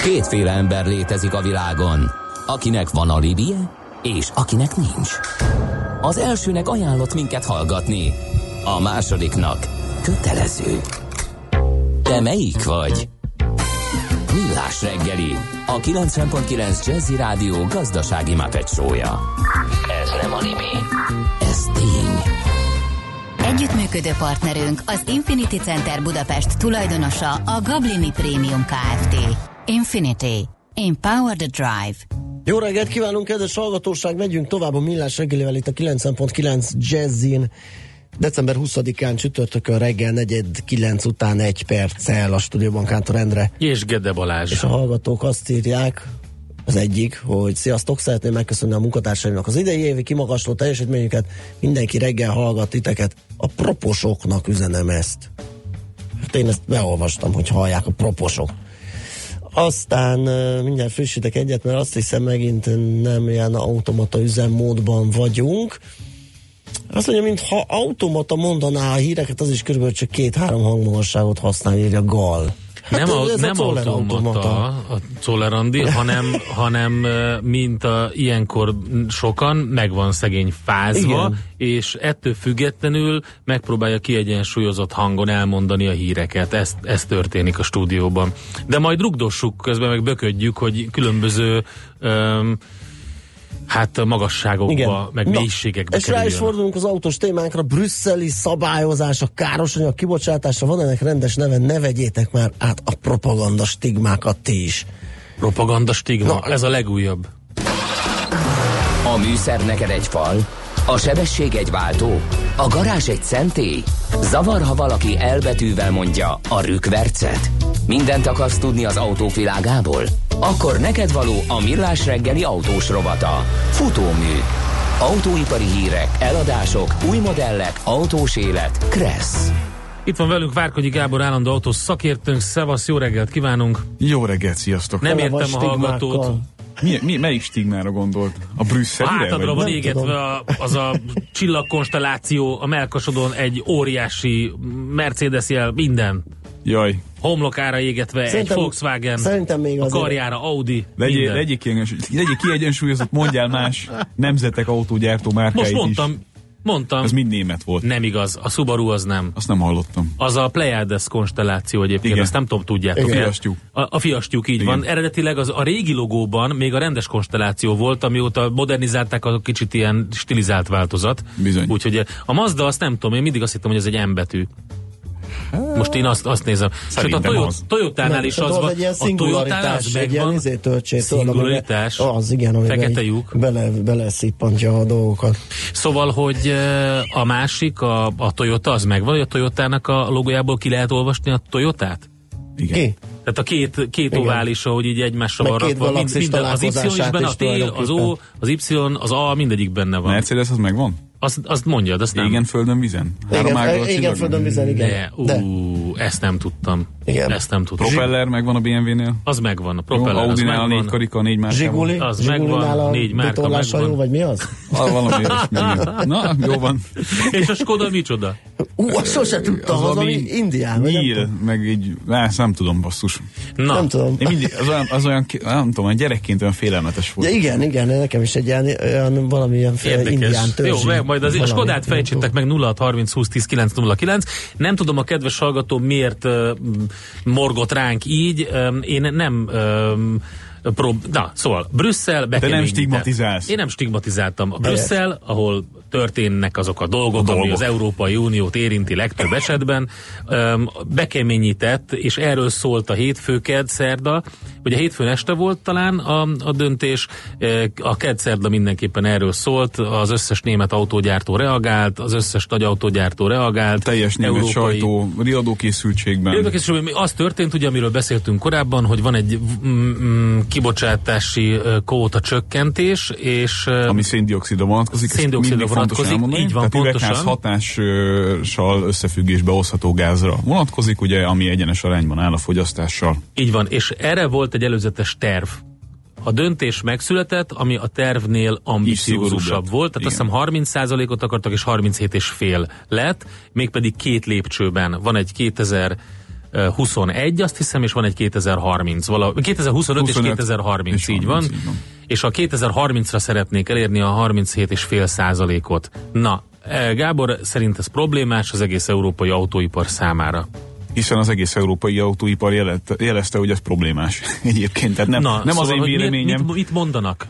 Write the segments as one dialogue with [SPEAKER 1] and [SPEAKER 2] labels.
[SPEAKER 1] Kétféle ember létezik a világon, akinek van alibije, és akinek nincs. Az elsőnek ajánlott minket hallgatni, a másodiknak kötelező. Te melyik vagy? Millás reggeli, a 90.9 Jazzy Rádió gazdasági Muppet show-ja. Ez nem alibi, ez tény.
[SPEAKER 2] Együttműködő partnerünk az Infinity Center Budapest tulajdonosa a Gablini Premium Kft. Infinity. Empower the Drive.
[SPEAKER 3] Jó reggelt kívánunk, kedves hallgatóság! Megyünk tovább a Millás reggelivel itt a 90.9 Jazzin. December 20-án csütörtökön reggel 8:09 után 1 perccel a stúdióban Kántor Endre.
[SPEAKER 4] És Gede Balázs.
[SPEAKER 3] És a hallgatók azt írják, az egyik, hogy sziasztok, szeretném megköszönni a munkatársaimnak az idei évi kimagasló teljesítményüket. Mindenki reggel hallgat titeket. A proposoknak üzenem ezt. Hát én ezt beolvastam, hogy hallják a proposok. Aztán mindjárt frissítek egyet, mert azt hiszem megint nem ilyen automata üzemmódban vagyunk. Azt mondja, mintha automata mondaná a híreket, az is körülbelül csak 2-3 hangmagasságot használ, írja Gal. Hát
[SPEAKER 4] nem automata a Czoller Andi, hanem mint ilyenkor sokan meg van szegény fázva, igen. És ettől függetlenül megpróbálja kiegyensúlyozott hangon elmondani a híreket. Ez történik a stúdióban. De majd rugdossuk, közben meg böködjük, hogy különböző magasságokba, igen. Meg mélységekbe
[SPEAKER 3] és rá is fordulunk az autós témánkra, brüsszeli szabályozás, a károsanyag kibocsátása, van ennek rendes neve, ne vegyétek már át a propaganda stigmákat ti is.
[SPEAKER 4] Propaganda stigma, ez a legújabb.
[SPEAKER 1] A műszer neked egy fal, a sebesség egy váltó, a garázs egy szentély. Zavar, ha valaki elbetűvel mondja a rükvercet. Mindent akarsz tudni az autóvilágából? Akkor neked való a Millás reggeli autós rovata. Futómű. Autóipari hírek, eladások, új modellek, autós élet. Kressz.
[SPEAKER 4] Itt van velünk Várkonyi Gábor, állandó autós szakértőnk. Szevasz, jó reggelt kívánunk!
[SPEAKER 5] Jó reggelt, sziasztok!
[SPEAKER 4] Nem értem a hallgatót.
[SPEAKER 5] Melyik stigmára gondolt? A brüsszelire?
[SPEAKER 4] Hátadra van égetve az a csillagkonstelláció a melkasodon, egy óriási Mercedes jel, minden.
[SPEAKER 5] Jaj.
[SPEAKER 4] Homlokára égetve szerintem, egy Volkswagen,
[SPEAKER 3] szerintem még
[SPEAKER 4] a karjára Audi,
[SPEAKER 5] legyék kiegyensúlyozott, mondjál más nemzetek autógyártó márkáit.
[SPEAKER 4] Most mondtam.
[SPEAKER 5] Ez mind német volt.
[SPEAKER 4] Nem igaz, a Subaru az nem.
[SPEAKER 5] Azt nem hallottam.
[SPEAKER 4] Az a Pleiades konstelláció egyébként, igen. Azt nem tudom, tudjátok. A fiastyúk, így igen. Van. Eredetileg a régi logóban még a rendes konstelláció volt, amióta modernizálták, a kicsit ilyen stilizált változat.
[SPEAKER 5] Bizony.
[SPEAKER 4] Úgyhogy a Mazda, azt nem tudom, én mindig azt hittem, hogy ez egy M betű. Most én azt nézem. Sőt, a Toyotánál is az van.
[SPEAKER 3] A Toyotánál az megvan.
[SPEAKER 4] Szingularitás.
[SPEAKER 3] Az, igen,
[SPEAKER 4] fekete lyuk.
[SPEAKER 3] Bele szippantja a dolgokat.
[SPEAKER 4] Szóval, hogy a másik, a Toyota, az megvan, hogy a Toyotának a logójából ki lehet olvasni a Toyotát?
[SPEAKER 5] Igen.
[SPEAKER 3] Ki?
[SPEAKER 4] Tehát a két ovális, ahogy így egymásra van rakva. Minden, az Y is benne, a T, az O, az Y, az A, mindegyik benne van.
[SPEAKER 5] Mercedes az megvan?
[SPEAKER 4] Azt mondjad, azt nem.
[SPEAKER 5] Égen, földön, vizen?
[SPEAKER 3] Igen, földön, vizen, igen.
[SPEAKER 4] Ezt nem tudtam.
[SPEAKER 3] Igen.
[SPEAKER 4] Ezt nem tudtam.
[SPEAKER 5] Propeller megvan a BMW-nél?
[SPEAKER 4] Az megvan, a propeller.
[SPEAKER 5] Audinál a 4 karika, 4 márka.
[SPEAKER 3] Zsiguli?
[SPEAKER 4] Az megvan, 4 márka megvan.
[SPEAKER 3] Vagy mi az?
[SPEAKER 5] Valami na, jó van.
[SPEAKER 4] És a Skoda micsoda?
[SPEAKER 3] Azt sosem tudtam, az ami Indián.
[SPEAKER 5] Nyíl, meg így, nem tudom, basszus.
[SPEAKER 4] Na.
[SPEAKER 3] Nem tudom.
[SPEAKER 5] Én mindig, az olyan, nem tudom, gyerekként olyan félelmetes volt.
[SPEAKER 3] Ja, igen, nekem is egy olyan valamilyen indián törzsi.
[SPEAKER 4] Jó, majd a Skodát fejtsétek meg 0630 20 10 909. Nem tudom, a kedves hallgató miért morgott ránk így. Én nem... szóval Brüsszel bekeményített.
[SPEAKER 5] De nem stigmatizálsz.
[SPEAKER 4] Én nem stigmatizáltam. A Brüsszel, ahol történnek azok a dolgok, ami az Európai Uniót érinti legtöbb esetben, bekeményített, és erről szólt a hétfő, kedd, szerda. Ugye hétfőn este volt talán a döntés, a kedd, szerda mindenképpen erről szólt, az összes német autógyártó reagált, az összes nagy autógyártó reagált.
[SPEAKER 5] Teljes német sajtó, riadókészültségben.
[SPEAKER 4] Az történt, ugye, amiről beszéltünk korábban, hogy van egy kibocsátási kvóta csökkentés, és... Ami
[SPEAKER 5] széndioxidra vonatkozik.
[SPEAKER 4] Széndioxidra vonatkozik, így van,
[SPEAKER 5] tehát üvegház hatással összefüggésbe hozható gázra vonatkozik, ugye, ami egyenes arányban áll a fogyasztással. Így van, és erre volt egy előzetes terv. A döntés megszületett, ami a tervnél ambiciózusabb volt, tehát azt hiszem 30%-ot akartak, és 37,5 lett, mégpedig 2 lépcsőben. Van egy
[SPEAKER 4] 2021, azt hiszem, és van egy 2030, 2025 és 2030, és így van. És a 2030-ra szeretnék elérni a 37,5%-ot. Na, Gábor, szerint ez problémás az egész európai autóipar számára?
[SPEAKER 5] Hiszen az egész európai autóipar jelezte, hogy ez problémás egyébként. Tehát nem szóval az én véleményem.
[SPEAKER 4] Mit mondanak?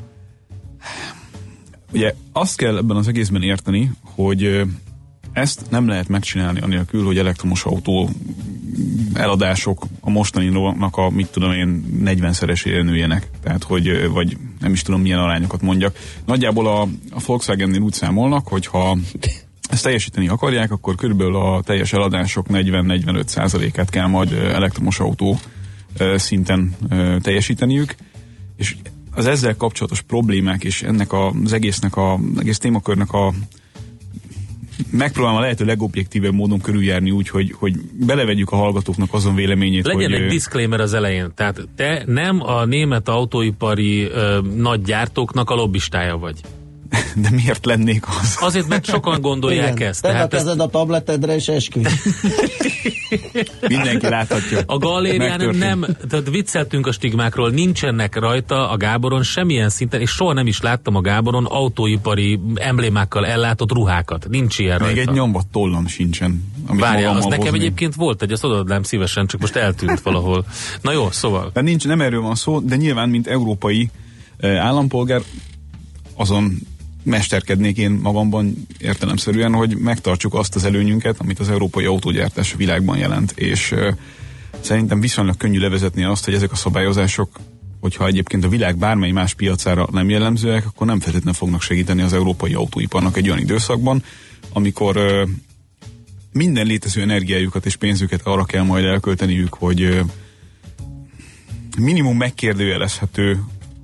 [SPEAKER 5] Ugye azt kell ebben az egészben érteni, hogy ezt nem lehet megcsinálni anélkül, hogy elektromos autó eladások a mostaninak a 40-szeresére nőjenek. Tehát, hogy vagy nem is tudom milyen arányokat mondjak. Nagyjából a Volkswagennél úgy számolnak, hogy ha ezt teljesíteni akarják, akkor körülbelül a teljes eladások 40-45%-át kell majd elektromos autó szinten teljesíteniük, és az ezzel kapcsolatos problémák és ennek az egész témakörnek megpróbálom a lehető legobjektívebb módon körüljárni úgy, hogy belevegyük a hallgatóknak azon véleményét,
[SPEAKER 4] legyen
[SPEAKER 5] hogy...
[SPEAKER 4] egy disclaimer az elején. Tehát te nem a német autóipari nagy gyártóknak a lobbistája vagy.
[SPEAKER 5] De miért lennék az?
[SPEAKER 4] Azért, mert sokan gondolják ezt.
[SPEAKER 3] Tehát kezed a tabletedre és esküvj.
[SPEAKER 5] Mindenki láthatja.
[SPEAKER 4] A galérián nem, tehát vicceltünk a stigmákról, nincsenek rajta a Gáboron semmilyen szinten, és soha nem is láttam a Gáboron autóipari emblémákkal ellátott ruhákat. Nincs ilyen rajta.
[SPEAKER 5] Még egy nyomvat tollam sincsen.
[SPEAKER 4] Várjál, az nekem egyébként volt egy, azt odaadnám szívesen, csak most eltűnt valahol. Na jó, szóval.
[SPEAKER 5] De nem erről van szó, de nyilván, mint európai állampolgár, azon mesterkednék én magamban értelemszerűen, hogy megtartsuk azt az előnyünket, amit az európai autógyártás a világban jelent, és szerintem viszonylag könnyű levezetni azt, hogy ezek a szabályozások, hogyha egyébként a világ bármely más piacára nem jellemzőek, akkor nem feltétlenül fognak segíteni az európai autóiparnak egy olyan időszakban, amikor minden létező energiájukat és pénzüket arra kell majd elkölteniük, hogy minimum megkérdőjelezhető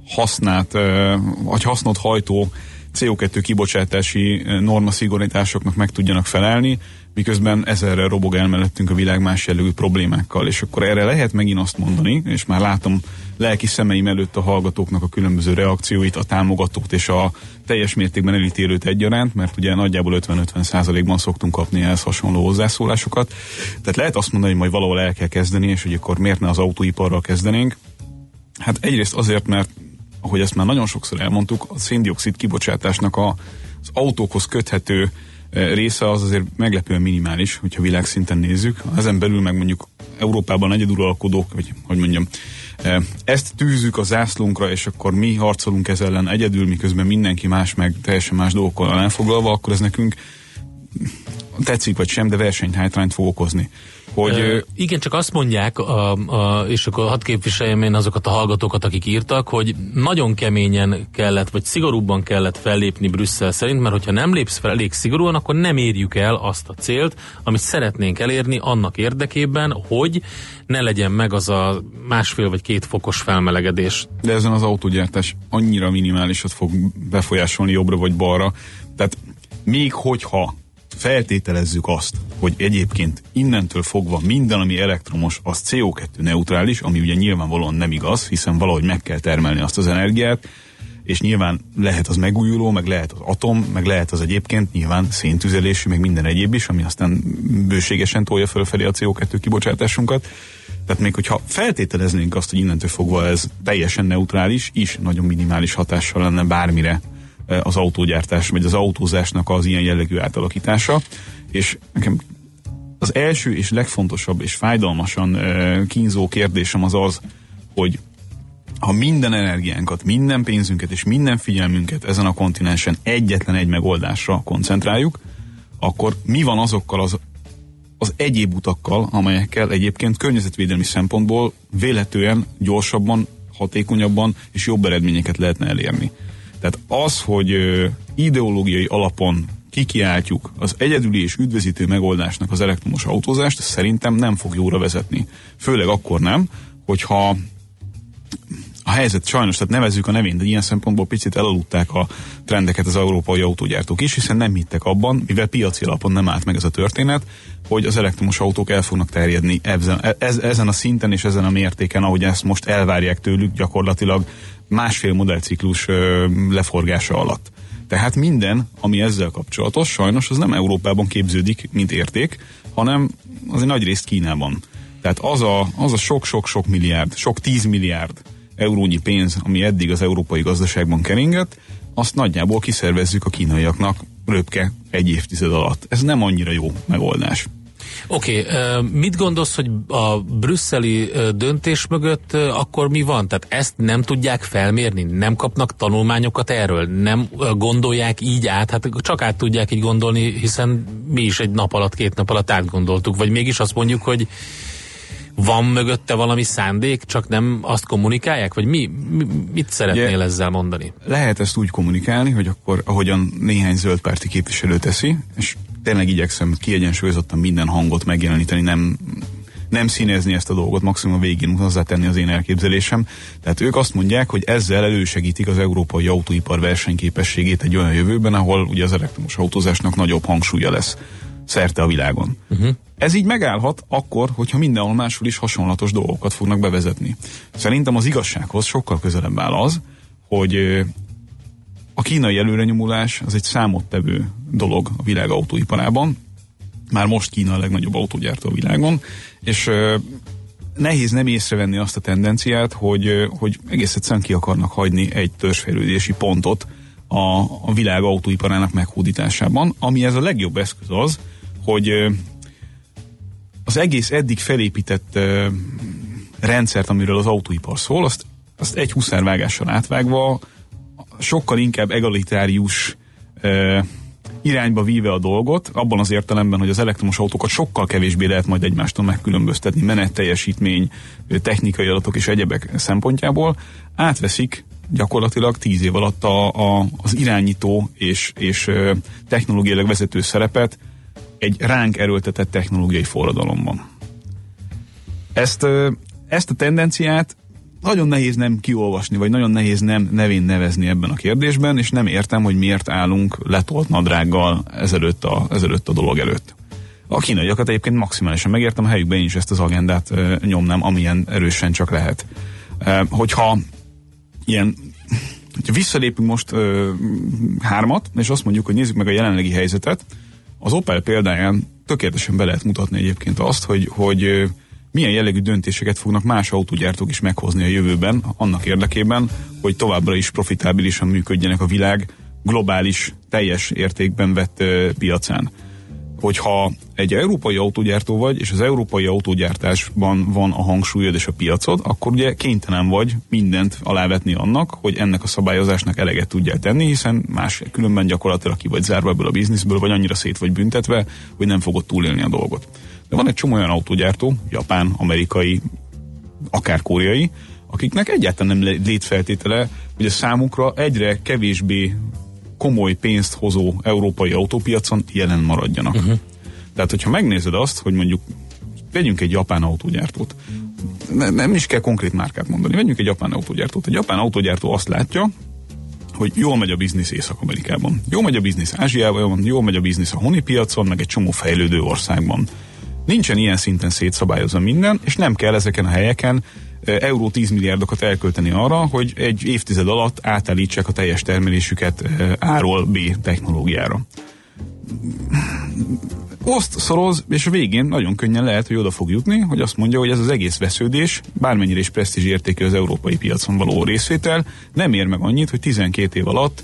[SPEAKER 5] hasznot hajtó CO2 kibocsátási normaszigorításoknak meg tudjanak felelni, miközben ezerrel robog el mellettünk a világ más jellegű problémákkal. És akkor erre lehet megint azt mondani, és már látom lelki szemeim előtt a hallgatóknak a különböző reakcióit, a támogatót és a teljes mértékben elítélőt egyaránt, mert ugye nagyjából 50-50%-ban szoktunk kapni ehhez hasonló hozzászólásokat. Tehát lehet azt mondani, hogy majd valahol el kell kezdeni, és hogy akkor miért ne az autóiparral kezdenénk. Hát egyrészt azért, mert ahogy ezt már nagyon sokszor elmondtuk, a szén-dioxid kibocsátásnak az autókhoz köthető része az azért meglepően minimális, hogyha világszinten nézzük. Ezen belül meg mondjuk Európában egyeduralkodók, vagy hogy mondjam, ezt tűzzük a zászlónkra, és akkor mi harcolunk ez ellen egyedül, miközben mindenki más meg teljesen más dolgokkal elfoglalva, akkor ez nekünk tetszik vagy sem, de versenyhátrányt fog okozni. Hogy,
[SPEAKER 4] igen, csak azt mondják, és akkor hadd képviseljem én azokat a hallgatókat, akik írtak, hogy nagyon keményen kellett, vagy szigorúbban kellett fellépni Brüsszel szerint, mert hogyha nem lépsz fel elég szigorúan, akkor nem érjük el azt a célt, amit szeretnénk elérni annak érdekében, hogy ne legyen meg az a 1,5 vagy 2 fokos felmelegedés.
[SPEAKER 5] De ezen az autógyártás annyira minimálisat fog befolyásolni jobbra vagy balra, tehát még hogyha feltételezzük azt, hogy egyébként innentől fogva minden, ami elektromos, az CO2 neutrális, ami ugye nyilvánvalóan nem igaz, hiszen valahogy meg kell termelni azt az energiát, és nyilván lehet az megújuló, meg lehet az atom, meg lehet az egyébként nyilván széntüzelésű, meg minden egyéb is, ami aztán bőségesen tolja fölfelé a CO2 kibocsátásunkat. Tehát még hogyha feltételeznénk azt, hogy innentől fogva ez teljesen neutrális, is nagyon minimális hatással lenne bármire az autógyártás, vagy az autózásnak az ilyen jellegű átalakítása, és nekem az első és legfontosabb és fájdalmasan kínzó kérdésem az, hogy ha minden energiánkat, minden pénzünket és minden figyelmünket ezen a kontinensen egyetlen egy megoldásra koncentráljuk, akkor mi van azokkal az egyéb utakkal, amelyekkel egyébként környezetvédelmi szempontból véletlenül gyorsabban, hatékonyabban és jobb eredményeket lehetne elérni. Tehát az, hogy ideológiai alapon kikiáltjuk az egyedüli és üdvözítő megoldásnak az elektromos autózást, szerintem nem fog jóra vezetni. Főleg akkor nem, hogyha a helyzet sajnos, tehát nevezzük a nevén, de ilyen szempontból picit elaludták a trendeket az európai autógyártók is, hiszen nem hittek abban, mivel piaci alapon nem állt meg ez a történet, hogy az elektromos autók el fognak terjedni ezen a szinten és ezen a mértéken, ahogy ezt most elvárják tőlük gyakorlatilag 1,5 modellciklus leforgása alatt. Tehát minden, ami ezzel kapcsolatos, sajnos az nem Európában képződik, mint érték, hanem az egy nagy részt Kínában. Tehát az a sok milliárd, sok 10 milliárd eurónyi pénz, ami eddig az európai gazdaságban keringett, azt nagyjából kiszervezzük a kínaiaknak röpke 1 évtized alatt. Ez nem annyira jó megoldás.
[SPEAKER 4] Oké, mit gondolsz, hogy a brüsszeli döntés mögött akkor mi van? Tehát ezt nem tudják felmérni? Nem kapnak tanulmányokat erről? Nem gondolják így át? Hát csak át tudják így gondolni, hiszen mi is egy nap alatt, 2 nap alatt átgondoltuk. Vagy mégis azt mondjuk, hogy van mögötte valami szándék, csak nem azt kommunikálják? Vagy mit szeretnél ezzel mondani?
[SPEAKER 5] Lehet ezt úgy kommunikálni, hogy akkor, ahogyan néhány zöldpárti képviselő teszi, és tényleg igyekszem kiegyensúlyozottan minden hangot megjeleníteni, nem színezni ezt a dolgot, maximum a végén hozzátenni az én elképzelésem. Tehát ők azt mondják, hogy ezzel elősegítik az európai autóipar versenyképességét egy olyan jövőben, ahol ugye az elektromos autózásnak nagyobb hangsúlya lesz szerte a világon. Ez így megállhat akkor, hogyha mindenhol máshol is hasonlatos dolgokat fognak bevezetni. Szerintem az igazsághoz sokkal közelebb áll az, hogy a kínai előrenyomulás az egy számottevő dolog a világ autóiparában. Már most Kína a legnagyobb autógyártó a világon, és nehéz nem észrevenni azt a tendenciát, hogy egész egyszerűen ki akarnak hagyni egy törzsfejlődési pontot a világ autóiparának meghódításában, ami ez a legjobb eszköz az, hogy az egész eddig felépített rendszert, amiről az autóipar szól, azt egy huszárvágással átvágva sokkal inkább egalitárius irányba víve a dolgot, abban az értelemben, hogy az elektromos autókat sokkal kevésbé lehet majd egymástól megkülönböztetni menetteljesítmény, technikai adatok és egyebek szempontjából, átveszik gyakorlatilag 10 év alatt az irányító és technológiailag vezető szerepet egy ránk erőltetett technológiai forradalomban. Ezt a tendenciát nagyon nehéz nem kiolvasni, vagy nagyon nehéz nem nevén nevezni ebben a kérdésben, és nem értem, hogy miért állunk letolt nadrággal ezelőtt a dolog előtt. A kínaiakat egyébként maximálisan megértem, a helyükben én is ezt az agendát nyomnám, amilyen erősen csak lehet. Hogyha visszalépünk most 3, és azt mondjuk, hogy nézzük meg a jelenlegi helyzetet, az Opel példáján tökéletesen be lehet mutatni egyébként azt, hogy milyen jellegű döntéseket fognak más autógyártók is meghozni a jövőben, annak érdekében, hogy továbbra is profitábilisan működjenek a világ globális, teljes értékben vett piacán. Hogyha egy európai autógyártó vagy, és az európai autógyártásban van a hangsúlyod és a piacod, akkor ugye kénytelen vagy mindent alávetni annak, hogy ennek a szabályozásnak eleget tudjál tenni, hiszen különben gyakorlatilag ki vagy zárva ebből a bizniszből, vagy annyira szét vagy büntetve, hogy nem fogod túlélni a dolgot. De van egy csomó olyan autógyártó, japán, amerikai, akár koreai, akiknek egyáltalán nem létfeltétele, hogy a számukra egyre kevésbé komoly pénzt hozó európai autópiacon jelen maradjanak. Tehát, hogyha megnézed azt, hogy mondjuk vegyünk egy japán autógyártót, nem is kell konkrét márkát mondani, vegyünk egy japán autógyártót. Egy japán autógyártó azt látja, hogy jól megy a biznisz Észak-Amerikában, jól megy a biznisz Ázsiában, jól megy a biznisz a honi piacon, meg egy csomó fejlődő országban. Nincsen ilyen szinten szétszabályozva minden, és nem kell ezeken a helyeken euró 10 milliárdokat elkölteni arra, hogy egy évtized alatt átállítsák a teljes termelésüket A-ról B technológiára. Oszt, szoroz, és a végén nagyon könnyen lehet, hogy oda fog jutni, hogy azt mondja, hogy ez az egész vesződés, bármennyire is presztízs értékű az európai piacon való részvétel, nem ér meg annyit, hogy 12 év alatt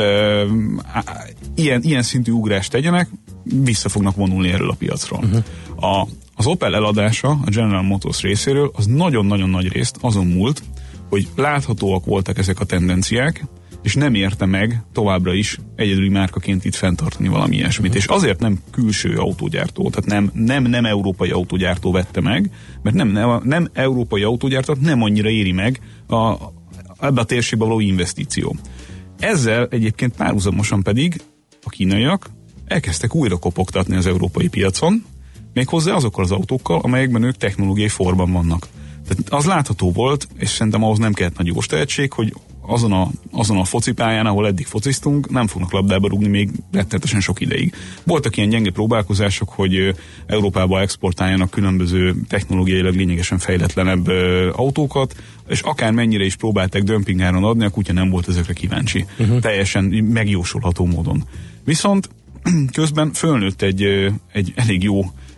[SPEAKER 5] ilyen szintű ugrást tegyenek, vissza fognak vonulni erről a piacról. Az Opel eladása a General Motors részéről az nagyon-nagyon nagy részt azon múlt, hogy láthatóak voltak ezek a tendenciák, és nem érte meg továbbra is egyedüli márkaként itt fenntartani valami ilyesmit. És azért nem külső autógyártó, tehát nem európai autógyártó vette meg, mert nem európai autógyártót nem annyira éri meg ebbe a térségbe való investíció. Ezzel egyébként párhuzamosan pedig a kínaiak elkezdtek újra kopogtatni az európai piacon, méghozzá azokkal az autókkal, amelyekben ők technológiai forban vannak. Tehát az látható volt, és szerintem ahhoz nem kellett nagy jós tehetség, hogy azon a focipályán, ahol eddig fociztunk, nem fognak labdába rúgni még rettenetesen sok ideig. Voltak ilyen gyenge próbálkozások, hogy Európába exportáljanak különböző technológiailag lényegesen fejletlenebb autókat, és akár mennyire is próbálták dömpingáron adni, a kutya nem volt ezekre kíváncsi. Teljesen megjósolható módon. Viszont közben fölnőtt egy elég jó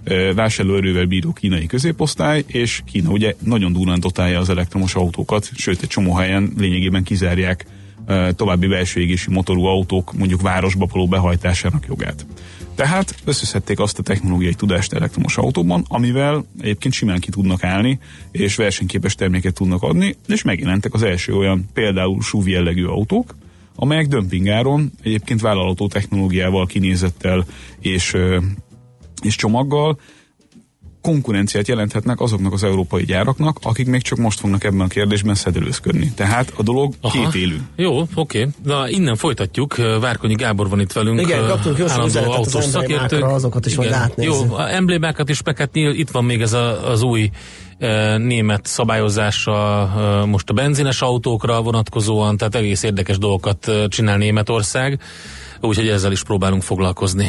[SPEAKER 5] vásárlóerővel bíró kínai középosztály, és Kína ugye nagyon durván dotálja az elektromos autókat, sőt egy csomó helyen lényegében kizárják további belső égésű motorú autók mondjuk városba való behajtásának jogát. Tehát összeszedték azt a technológiai tudást elektromos autóban, amivel egyébként simán ki tudnak állni, és versenyképes terméket tudnak adni, és megjelentek az első olyan például SUV jellegű autók, amelyek dömpingáron, egyébként vállalható technológiával, kinézettel és csomaggal konkurenciát jelenthetnek azoknak az európai gyáraknak, akik még csak most fognak ebben a kérdésben szedelőzködni. Tehát a dolog kétélű.
[SPEAKER 4] Jó, oké. Na, innen folytatjuk. Várkonyi Gábor van itt velünk.
[SPEAKER 3] Igen, kaptunk jó sok autós szakértők. Azokat is vagy átnézzük.
[SPEAKER 4] Jó, emblémákat is, meg hát itt van még ez az új német szabályozása most a benzines autókra vonatkozóan, tehát egész érdekes dolgokat csinál Németország, úgyhogy ezzel is próbálunk foglalkozni.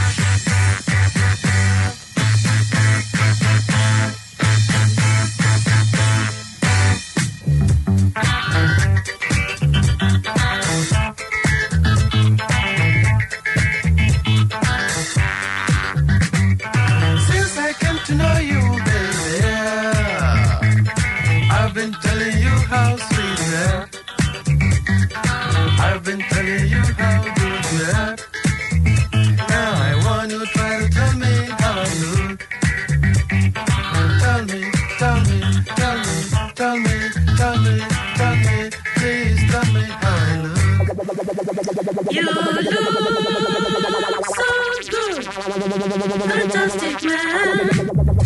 [SPEAKER 6] You look so good, fantastic man.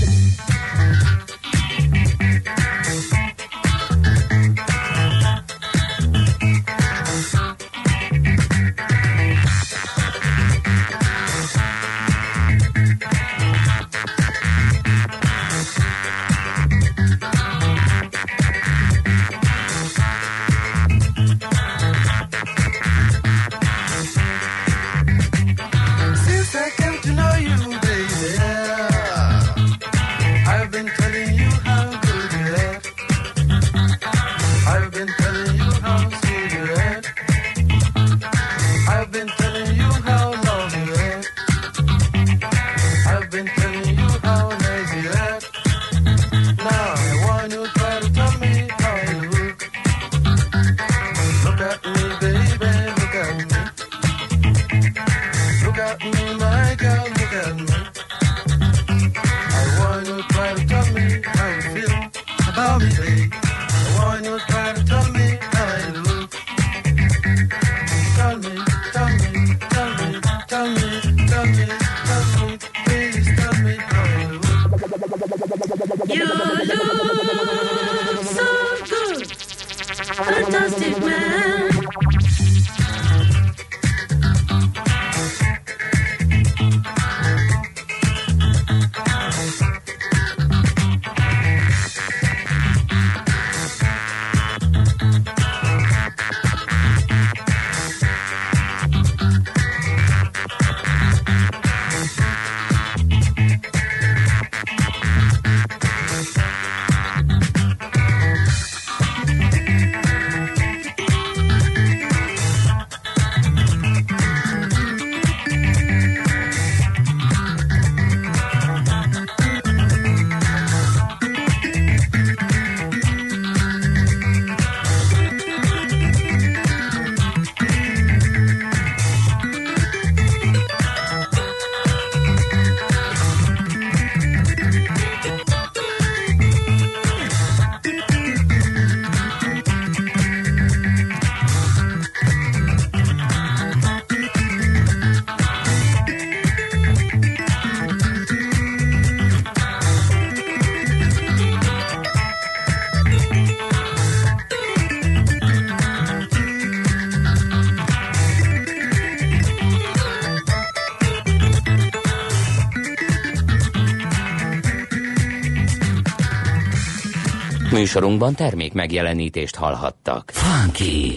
[SPEAKER 1] Műsorunkban termék megjelenítést hallhattak. Funky!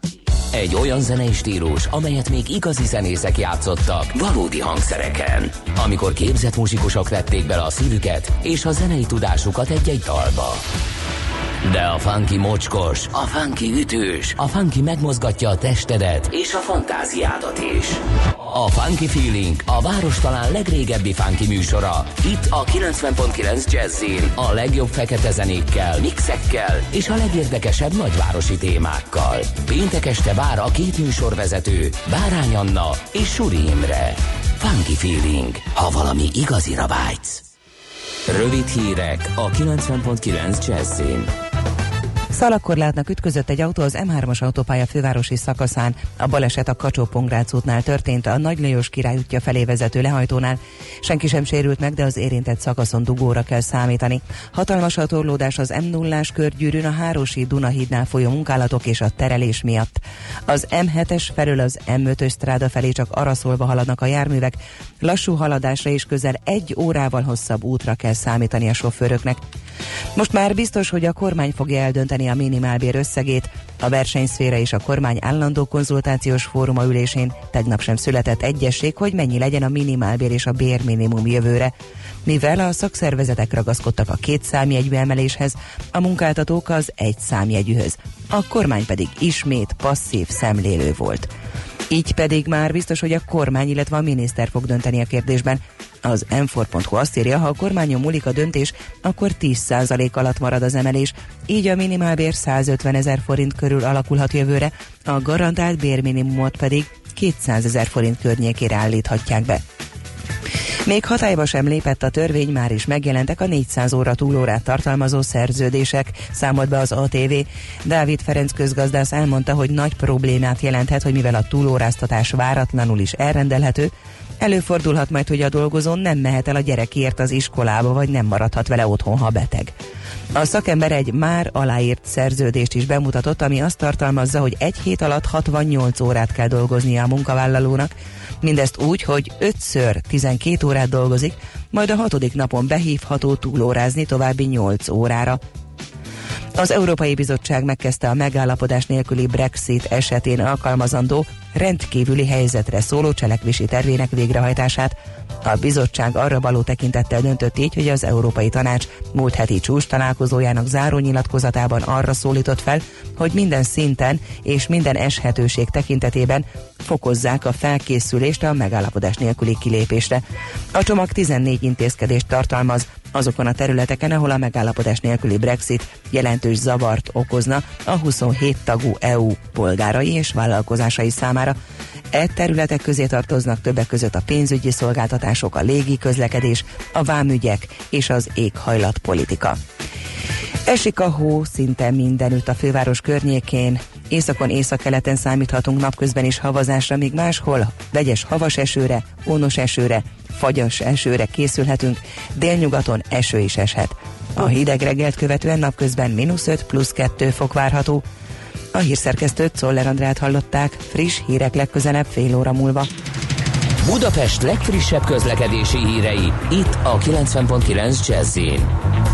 [SPEAKER 1] Egy olyan zenei stílus, amelyet még igazi zenészek játszottak valódi hangszereken. Amikor képzett muzsikusok vették bele a szívüket és a zenei tudásukat egy-egy dalba. De a funky mocskos, a funky ütős, a funky megmozgatja a testedet és a fantáziádat is. A Funky Feeling a város talán legrégebbi funky műsora. Itt a 90.9 Jazzin a legjobb fekete zenékkel, mixekkel és a legérdekesebb nagyvárosi témákkal. Péntek este vár a két műsorvezető, Bárány Anna és Suri Imre. Funky Feeling, ha valami igazira vágysz. Rövid hírek a 90.9 Jazzin.
[SPEAKER 7] Szalagkorlátnak ütközött egy autó az M3-as autópálya fővárosi szakaszán. A baleset a Kacsó-Pongrác útnál történt, a Nagy Lajos Király útja felé vezető lehajtónál. Senki sem sérült meg, de az érintett szakaszon dugóra kell számítani. Hatalmas a torlódás az M0-ás körgyűrűn a Hárosi Dunahídnál folyó munkálatok és a terelés miatt. Az M7-es felől az M5-ös stráda felé csak araszolva haladnak a járművek. Lassú haladásra és közel 1 órával hosszabb útra kell számítani a sofőröknek. Most már biztos, hogy a kormány fogja eldönteni a minimálbér összegét. A versenyszféra és a kormány állandó konzultációs fóruma ülésén tegnap sem született egyesség, hogy mennyi legyen a minimálbér és a bérminimum jövőre. Mivel a szakszervezetek ragaszkodtak a 2 számjegyű emeléshez, a munkáltatók az 1 számjegyűhöz. A kormány pedig ismét passzív szemlélő volt. Így pedig már biztos, hogy a kormány, illetve a miniszter fog dönteni a kérdésben. Az m4.hu azt írja, ha a kormányon múlik a döntés, akkor 10% alatt marad az emelés, így a minimálbér 150 000 forint körül alakulhat jövőre, a garantált bérminimumot pedig 200 000 forint környékére állíthatják be. Még hatályba sem lépett a törvény, már is megjelentek a 400 óra túlórát tartalmazó szerződések, számolt be az ATV. Dávid Ferenc közgazdász elmondta, hogy nagy problémát jelenthet, hogy mivel a túlóráztatás váratlanul is elrendelhető, előfordulhat majd, hogy a dolgozó nem mehet el a gyerekért az iskolába, vagy nem maradhat vele otthon, ha beteg. A szakember egy már aláírt szerződést is bemutatott, ami azt tartalmazza, hogy 1 hét alatt 68 órát kell dolgoznia a munkavállalónak, mindezt úgy, hogy 5-ször 12 órát dolgozik, majd a 6. napon behívható túlórázni további 8 órára. Az Európai Bizottság megkezdte a megállapodás nélküli Brexit esetén alkalmazandó rendkívüli helyzetre szóló cselekvési tervének végrehajtását. A bizottság arra való tekintettel döntött így, hogy az Európai Tanács múlt heti csúcs találkozójának zárónyilatkozatában arra szólított fel, hogy minden szinten és minden eshetőség tekintetében fokozzák a felkészülést a megállapodás nélküli kilépésre. A csomag 14 intézkedést tartalmaz azokon a területeken, ahol a megállapodás nélküli Brexit jelentős zavart okozna a 27 tagú EU polgárai és vállalkozásai számára. E területek közé tartoznak többek között a pénzügyi szolgáltatások, a légi közlekedés, a vámügyek és az éghajlatpolitika. Esik a hó szinte mindenütt a főváros környékén. Északon, északkeleten számíthatunk napközben is havazásra, míg máshol vegyes havas esőre, ónos esőre, fagyas esőre készülhetünk, délnyugaton eső is eshet. A hideg reggelt követően napközben -5 +2 fok várható. A hírszerkesztőt, Czoller Andrát hallották, friss hírek legközelebb fél óra múlva.
[SPEAKER 1] Budapest legfrissebb közlekedési hírei, itt a 90.9 Jazzin.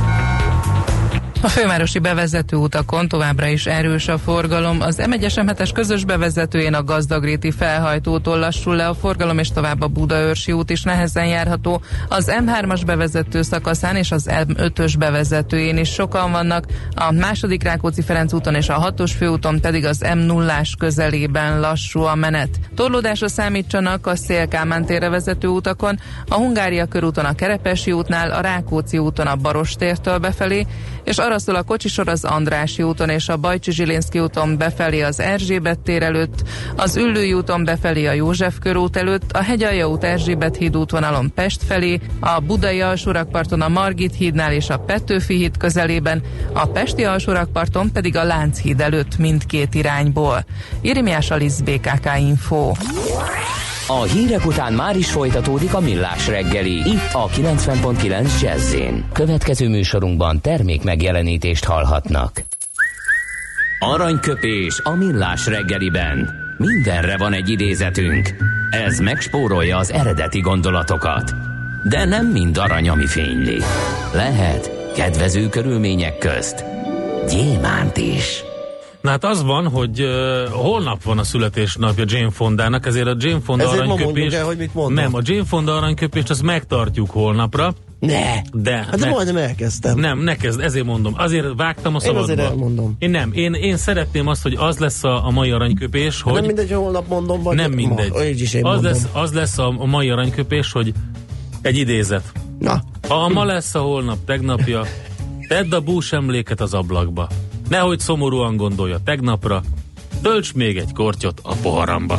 [SPEAKER 8] A fővárosi bevezető utakon továbbra is erős a forgalom. Az M1-es M7-es közös bevezetőjén a Gazdagréti felhajtótól lassul le a forgalom, és tovább a Budaörsi út is nehezen járható. Az M3-as bevezető szakaszán és az M5-ös bevezetőjén is sokan vannak. A második Rákóczi-Ferenc úton és a 6-os főúton pedig az M0-ás közelében lassú a menet. Torlódásra számítsanak a Széll-Kálmán térre vezető utakon, a Hungária körúton a Kerepesi útnál, a Rákóczi úton a Barostértől befelé, és arra szól a kocsisor az Andrássy úton és a Bajcsi-Zsilinszky úton befelé az Erzsébet tér előtt, az Üllői úton befelé a József körút előtt, a Hegyalja út Erzsébet híd útvonalon Pest felé, a Budai alsórakparton a Margit hídnál és a Petőfi híd közelében, a Pesti alsórakparton pedig a Lánchíd előtt mindkét irányból. Jeremiás Alisz, BKK Info.
[SPEAKER 1] A hírek után már is folytatódik a Millás reggeli, itt a 90.9 Jazzin. Következő műsorunkban termék megjelenítést hallhatnak. Aranyköpés a Millás reggeliben. Mindenre van egy idézetünk. Ez megspórolja az eredeti gondolatokat. De nem mind arany, ami fényli. Lehet kedvező körülmények közt gyémánt is.
[SPEAKER 4] Na hát az van, hogy holnap van a születésnapja Jane Fondának, ezért a Jane Fonda aranyköpést...
[SPEAKER 3] El, hogy mit mondom.
[SPEAKER 4] Nem, a Jane Fonda aranyköpést azt megtartjuk holnapra,
[SPEAKER 3] Ne! De majdnem elkezdtem.
[SPEAKER 4] Nem, ne kezd, ezért mondom. Azért vágtam a szabadba.
[SPEAKER 3] Én azért elmondom.
[SPEAKER 4] Én szeretném azt, hogy az lesz a mai aranyköpés, hogy...
[SPEAKER 3] Nem mindegy, hogy holnap mondom, vagy...
[SPEAKER 4] Nem mindegy. Az lesz a mai aranyköpés, hogy egy idézet.
[SPEAKER 3] Na.
[SPEAKER 4] Ha ma lesz a holnap tegnapja, tedd a bús emléket az ablakba. Nehogy szomorúan gondolja tegnapra, tölts még egy kortyot a poharamba.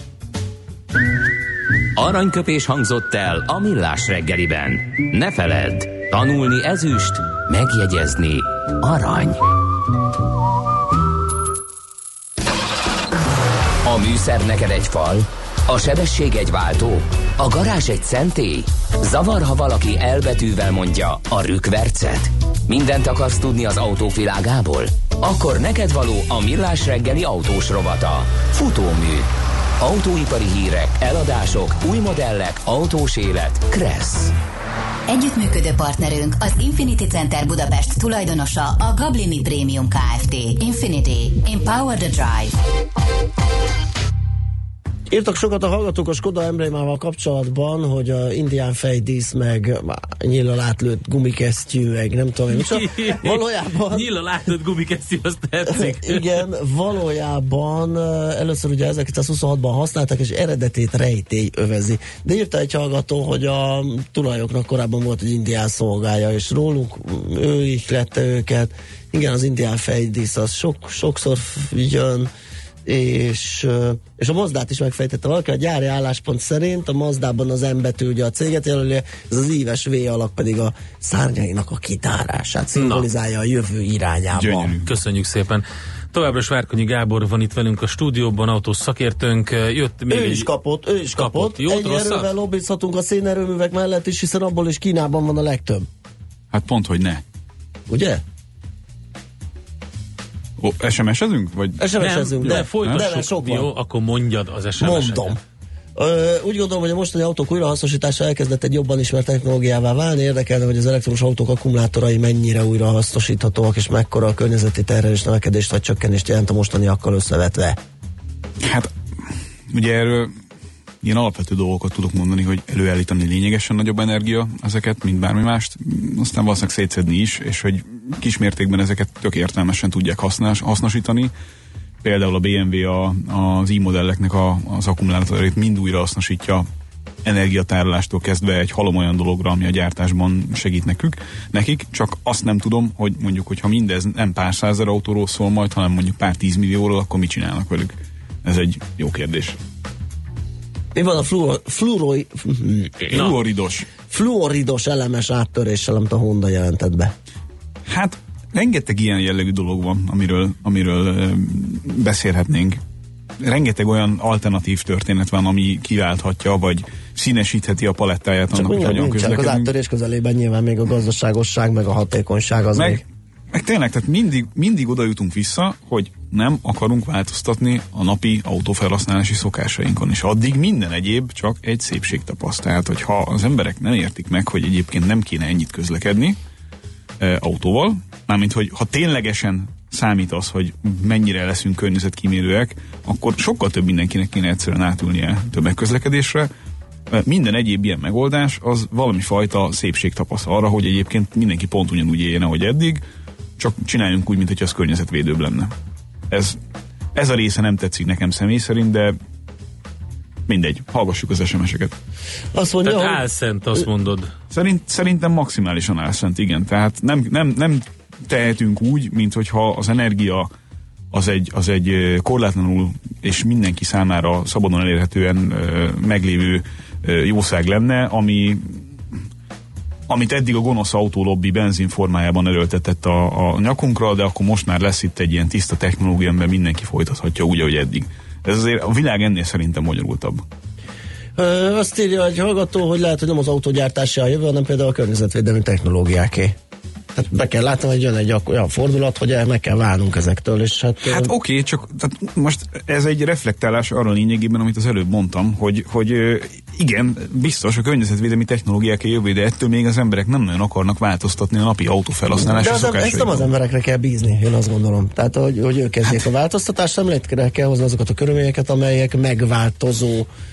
[SPEAKER 1] Aranyköpés hangzott el a Millás reggeliben. Ne feledd, tanulni ezüst, megjegyezni arany. A műszer neked egy fal, a sebesség egy váltó, a garázs egy szentély. Zavar, ha valaki elbetűvel mondja a rükvercet. Mindent akarsz tudni az autóvilágából? Akkor neked való a Millás reggeli autós rovata. Futómű. Autóipari hírek, eladások, új modellek, autós élet. Kressz.
[SPEAKER 2] Együttműködő partnerünk az Infinity Center Budapest tulajdonosa a Gablini Premium Kft. Infinity. Empower the drive.
[SPEAKER 3] Írtak sokat a hallgatók a Skoda emblémával kapcsolatban, hogy a indián fejdísz, meg nyíllal átlőtt gumikesztyű, meg nem tudom én. Valójában...
[SPEAKER 4] Nyíllal átlőtt gumikesztyű, azt tetszik.
[SPEAKER 3] Igen, valójában először ugye 1926-ban használtak, és eredetét rejtély övezi. De írta egy hallgató, hogy a tulajoknak korábban volt egy indián szolgája, és róluk ő ihlette őket. Igen, az indián fejdísz, az sokszor jön, és a Mazdát is megfejtette valaki, a gyári álláspont szerint a Mazdában az M betű ugye a céget jelöli, ez az íves V alak pedig a szárnyainak a kitárását szimbolizálja a jövő irányába.
[SPEAKER 5] Gyönyörű.
[SPEAKER 4] Köszönjük szépen. Továbbra is Várkonyi Gábor van itt velünk a stúdióban, autós szakértőnk. Jött még
[SPEAKER 3] ő is kapott.
[SPEAKER 4] Jót,
[SPEAKER 3] egy erővel lobbizhatunk a szénerőművek mellett is, hiszen abból is Kínában van a legtöbb.
[SPEAKER 5] Hát pont, hogy ne.
[SPEAKER 3] Ugye?
[SPEAKER 5] SMS-ezünk? Vagy...
[SPEAKER 3] SMS-ezünk,
[SPEAKER 4] de folytassuk. Jó, akkor mondjad az SMS-eket.
[SPEAKER 3] Mondom. Úgy gondolom, hogy a mostani autók újrahasznosítása elkezdett egy jobban ismert technológiává válni. Érdekelne, hogy az elektromos autók akkumulátorai mennyire újrahasznosíthatóak, és mekkora a környezeti terhelés, növekedést vagy csökkenést jelent a mostaniakkal összevetve.
[SPEAKER 5] Hát, ugye erről ilyen alapvető dolgokat tudok mondani, hogy előállítani lényegesen nagyobb energia ezeket, mint bármi mást, aztán valószínűleg szétszedni is, és hogy kismértékben ezeket tök értelmesen tudják hasznosítani. Például a BMW az i-modelleknek az akkumulátorét mind újra hasznosítja, energiatárolástól kezdve egy halom olyan dologra, ami a gyártásban segít nekik, csak azt nem tudom, hogy mondjuk, hogyha mindez nem pár százezer autóról szól majd, hanem mondjuk pár 10 millióról, akkor mit csinálnak velük? Ez egy jó kérdés.
[SPEAKER 3] Mi van a fluoridos elemes áttöréssel, amit a Honda jelentett be?
[SPEAKER 5] Hát rengeteg ilyen jellegű dolog van, amiről beszélhetnénk. Rengeteg olyan alternatív történet van, ami kiválthatja, vagy színesítheti a palettáját annak, hogy hogyan közlekedünk.
[SPEAKER 3] Az áttörés közelében nyilván még a gazdaságosság, meg a hatékonyság az
[SPEAKER 5] meg tényleg, tehát mindig oda jutunk vissza, hogy nem akarunk változtatni a napi autófelhasználási szokásainkon, és addig minden egyéb csak egy szépségtapaszt. Tehát, hogyha az emberek nem értik meg, hogy egyébként nem kéne ennyit közlekedni autóval, mármint, hogy ha ténylegesen számít az, hogy mennyire leszünk környezetkímélőek, akkor sokkal több mindenkinek kéne egyszerűen átülnie tömegközlekedésre. Minden egyéb ilyen megoldás az valami fajta szépségtapasz arra, hogy egyébként mindenki pont ugyanúgy éljen, ahogy eddig, csak csináljunk úgy, mintha az környezetvédőbb lenne. Ez a része nem tetszik nekem személy szerint, de mindegy, hallgassuk az SMS-eket.
[SPEAKER 3] Azt mondja,
[SPEAKER 4] tehát álszent, azt mondod.
[SPEAKER 5] Szerintem maximálisan álszent, igen. Tehát nem tehetünk úgy, mint hogyha az energia az egy korlátlanul és mindenki számára szabadon elérhetően meglévő jószág lenne, amit eddig a gonosz autólobbi benzin formájában erőltetett a nyakunkra, de akkor most már lesz itt egy ilyen tiszta technológia, amiben mindenki folytathatja úgy, ahogy eddig. Ez azért a világ ennél szerintem bonyolultabb.
[SPEAKER 3] Azt írja egy hallgató, hogy lehet, hogy nem az autógyártási a jövő, hanem például a környezetvédelmi technológiáké. Tehát be kell látnom, hogy jön egy olyan fordulat, hogy meg kell válnunk ezektől. És hát
[SPEAKER 5] oké, csak tehát most ez egy reflektálás arra lényegében, amit az előbb mondtam, hogy igen, biztos a környezetvédelmi technológiák jövő, de ettől még az emberek nem nagyon akarnak változtatni a napi autófelhasználási szokásaikon.
[SPEAKER 3] Ezt nem az emberekre kell bízni, én azt gondolom. Tehát, hogy ők kezdjék a változtatást, nem létre kell hozni azokat a körülményeket, amelyek megváltozó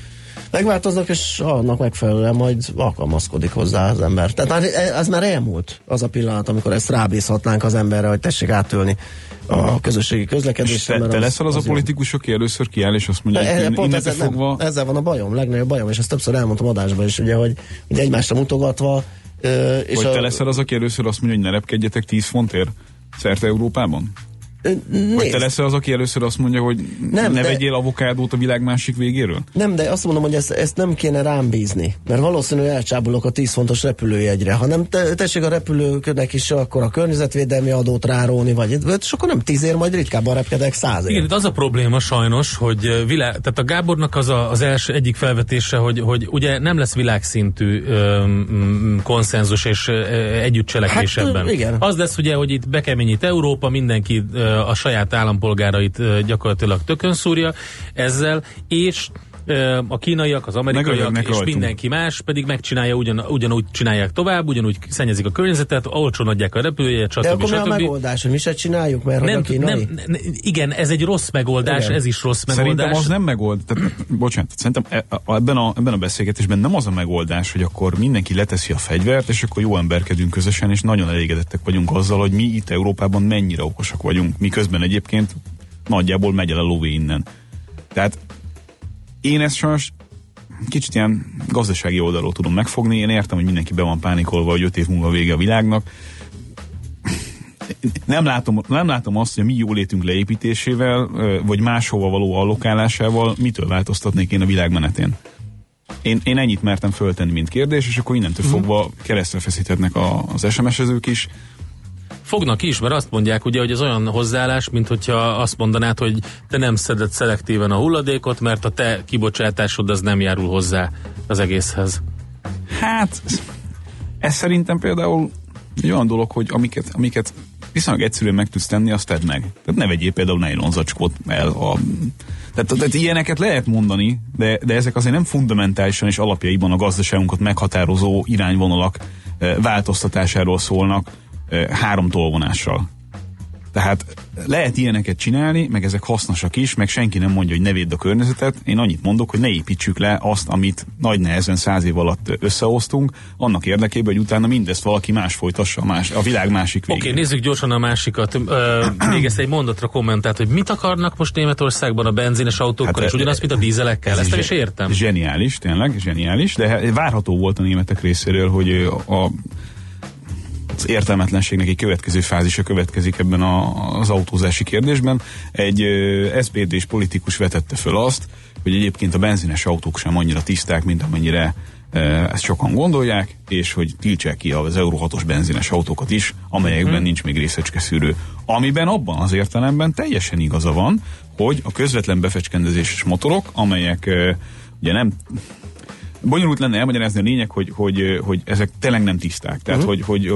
[SPEAKER 3] megváltoznak, és annak megfelelően majd alkalmazkodik hozzá az ember. Tehát ez már elmúlt az a pillanat, amikor ezt rábízhatnánk az emberre, hogy tessék átülni a közösségi közlekedésre.
[SPEAKER 5] Te leszel az a politikus, aki először kiáll, és azt mondja, hogy
[SPEAKER 3] ezzel van a bajom, legnagyobb bajom, és ezt többször elmondtam adásban is, ugye, hogy egymásra mutogatva.
[SPEAKER 5] Vagy te leszel az, aki először azt mondja, hogy ne repkedjetek 10 fontért szerte Európában? Vagy te leszel az, aki először azt mondja, hogy ne vegyél avokádót a világ másik végéről?
[SPEAKER 3] Nem, de azt mondom, hogy ezt nem kéne rám bízni, mert valószínűleg elcsábulok a 10 fontos repülőjegyre. Hanem tessék a repülőknek is akkor a környezetvédelmi adót ráróni, és akkor nem 10 ér, majd ritkábban repkedek 100 ér.
[SPEAKER 4] Igen, az a probléma sajnos, hogy tehát a Gábornak az első egyik felvetése, hogy ugye nem lesz világszintű konszenzus és együttcselekvés ebben.
[SPEAKER 3] Igen.
[SPEAKER 4] Az lesz ugye, hogy itt bekeményít Európa, mindenki a saját állampolgárait gyakorlatilag tökön szúrja ezzel, és a kínaiak, az amerikaiak és rajtunk. Mindenki más pedig megcsinálja, ugyanúgy csinálják tovább, ugyanúgy szennyezik a környezetet, olcsón adják a repülőjegyet, stb.
[SPEAKER 3] De akkor mi a megoldás, hogy mi se csináljuk, mert nem, a kínai?
[SPEAKER 4] Igen, ez egy rossz megoldás, igen. Ez is rossz megoldás.
[SPEAKER 5] Szerintem az nem megold. Bocsánat, szerintem ebben a beszélgetésben nem az a megoldás, hogy akkor mindenki leteszi a fegyvert, és akkor jó emberkedünk közösen, és nagyon elégedettek vagyunk azzal, hogy mi itt Európában mennyire okosak vagyunk, miközben egyébként nagyjából megy el a lóvé innen. Tehát én ezt sajnos kicsit ilyen gazdasági oldalról tudom megfogni. Én értem, hogy mindenki be van pánikolva, hogy 5 év múlva vége a világnak. Nem látom azt, hogy a mi jólétünk leépítésével, vagy máshova való allokálásával mitől változtatnék én a világ menetén. Én ennyit mertem föltenni, mint kérdés, és akkor innentől fogva keresztre feszíthetnek az SMS-ezők is.
[SPEAKER 4] Fognak is, mert azt mondják ugye, hogy ez olyan hozzáállás, mint hogyha azt mondanád, hogy te nem szeded szelektíven a hulladékot, mert a te kibocsátásod az nem járul hozzá az egészhez.
[SPEAKER 5] Hát, ez szerintem például egy olyan dolog, hogy amiket viszonylag egyszerűen meg tudsz tenni, azt tedd meg. Tehát ne vegyél például nylonzacskót el tehát ilyeneket lehet mondani, de ezek azért nem fundamentálisan és alapjaiban a gazdaságunkat meghatározó irányvonalak változtatásáról szólnak 3 tolvonással. Tehát lehet ilyeneket csinálni, meg ezek hasznosak is, meg senki nem mondja, hogy ne védd a környezetet. Én annyit mondok, hogy ne építsük le azt, amit nagy nehezen 100 év alatt összehoztunk, annak érdekében, hogy utána mindezt valaki más folytassa a világ másik végén.
[SPEAKER 4] Oké, nézzük gyorsan a másikat. Még ezt egy mondatra kommentált, hogy mit akarnak most Németországban a benzines autókkal, és ugyanazt, mint a dízelekkel. Ezt is értem.
[SPEAKER 5] Zseniális, tényleg, zseniális, de várható volt a németek részéről, hogy az értelmetlenségnek egy következő fázisa következik ebben az autózási kérdésben. Egy SPD-s politikus vetette föl azt, hogy egyébként a benzines autók sem annyira tiszták, mint amennyire ezt sokan gondolják, és hogy tiltsák ki az Euro 6-os benzines autókat is, amelyekben nincs még részecskeszűrő. Amiben abban az értelemben teljesen igaza van, hogy a közvetlen befecskendezéses motorok, amelyek ugye nem bonyolult lenne elmagyarázni, a lényeg, hogy ezek tényleg nem tiszták. Tehát, hogy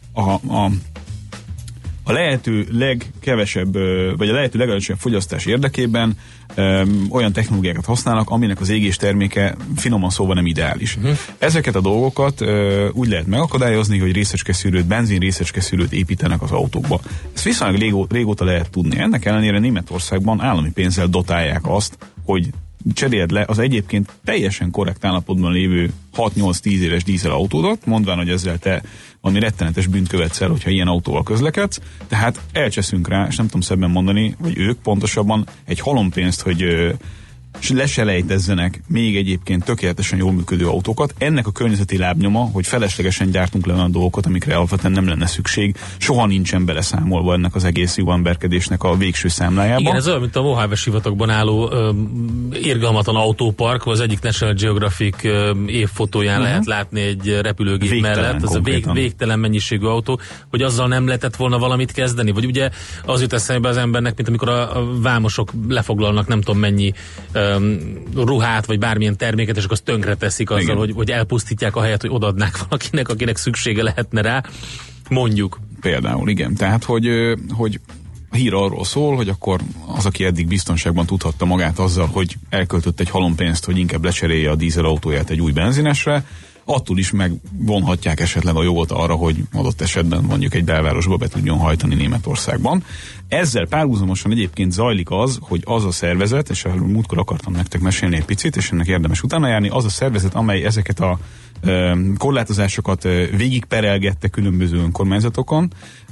[SPEAKER 5] a lehető legkevesebb, vagy a lehető legalacsonyabb fogyasztás érdekében olyan technológiákat használnak, aminek az égés terméke finoman szóval nem ideális. Ezeket a dolgokat úgy lehet megakadályozni, hogy részecskeszűrőt, benzin részecskeszűrőt építenek az autókba. Ezt viszonylag régóta lehet tudni. Ennek ellenére Németországban állami pénzzel dotálják azt, hogy cseréld le az egyébként teljesen korrekt állapotban lévő 6-8-10 éves dízelautódat, mondván, hogy ezzel te valami rettenetes bűnt követsz el, hogyha ilyen autóval közlekedsz, tehát elcseszünk rá, és nem tudom szebben mondani, vagy ők pontosabban egy halompénzt, hogy leselejtezzenek még egyébként tökéletesen jól működő autókat. Ennek a környezeti lábnyoma, hogy feleslegesen gyártunk le olyan dolgokat, amikre alapvetően nem lenne szükség, soha nincsen beleszámolva ennek az egész jó emberkedésnek a végső számlájában.
[SPEAKER 4] Igen, ez olyan, mint a Mojave sivatagban álló irgalmatlan autópark, az egyik National Geographic évfotóján lehet látni egy repülőgép végtelen, mellett, az a végtelen mennyiségű autó, hogy azzal nem lehetett volna valamit kezdeni, vagy ugye az jut eszembe az embernek, mint amikor a vámosok lefoglalnak nem tudom mennyi ruhát, vagy bármilyen terméket, és akkor azt tönkre teszik azzal, hogy elpusztítják a helyet, hogy odaadnák valakinek, akinek szüksége lehetne rá, mondjuk.
[SPEAKER 5] Például, igen. Tehát, hogy a hír arról szól, hogy akkor az, aki eddig biztonságban tudhatta magát azzal, hogy elköltött egy halom pénzt, hogy inkább lecserélje a dízelautóját egy új benzinesre, attól is megvonhatják esetleg a jogot arra, hogy adott esetben mondjuk egy belvárosba be tudjon hajtani Németországban. Ezzel párhuzamosan egyébként zajlik az, hogy az a szervezet, és erről múltkor akartam nektek mesélni egy picit, és ennek érdemes utána járni, az a szervezet, amely ezeket a korlátozásokat végigperelgette különböző önkormányzatokon.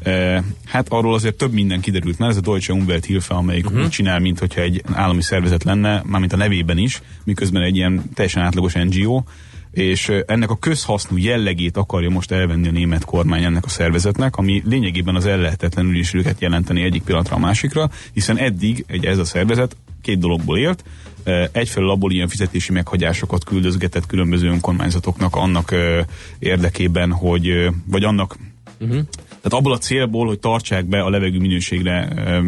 [SPEAKER 5] Hát arról azért több minden kiderült már, ez a Deutsche Umwelthilfe, amelyik úgy csinál, mintha egy állami szervezet lenne, mármint a nevében is, miközben egy ilyen teljesen átlagos NGO, és ennek a közhasznú jellegét akarja most elvenni a német kormány ennek a szervezetnek, ami lényegében az ellehetetlenülésüket jelenteni egyik pillanatra a másikra, hiszen eddig ez a szervezet két dologból élt. Egyfelől abból ilyen fizetési meghagyásokat küldözgetett különböző önkormányzatoknak annak érdekében, hogy, vagy annak, tehát abból a célból, hogy tartsák be a levegő minőségre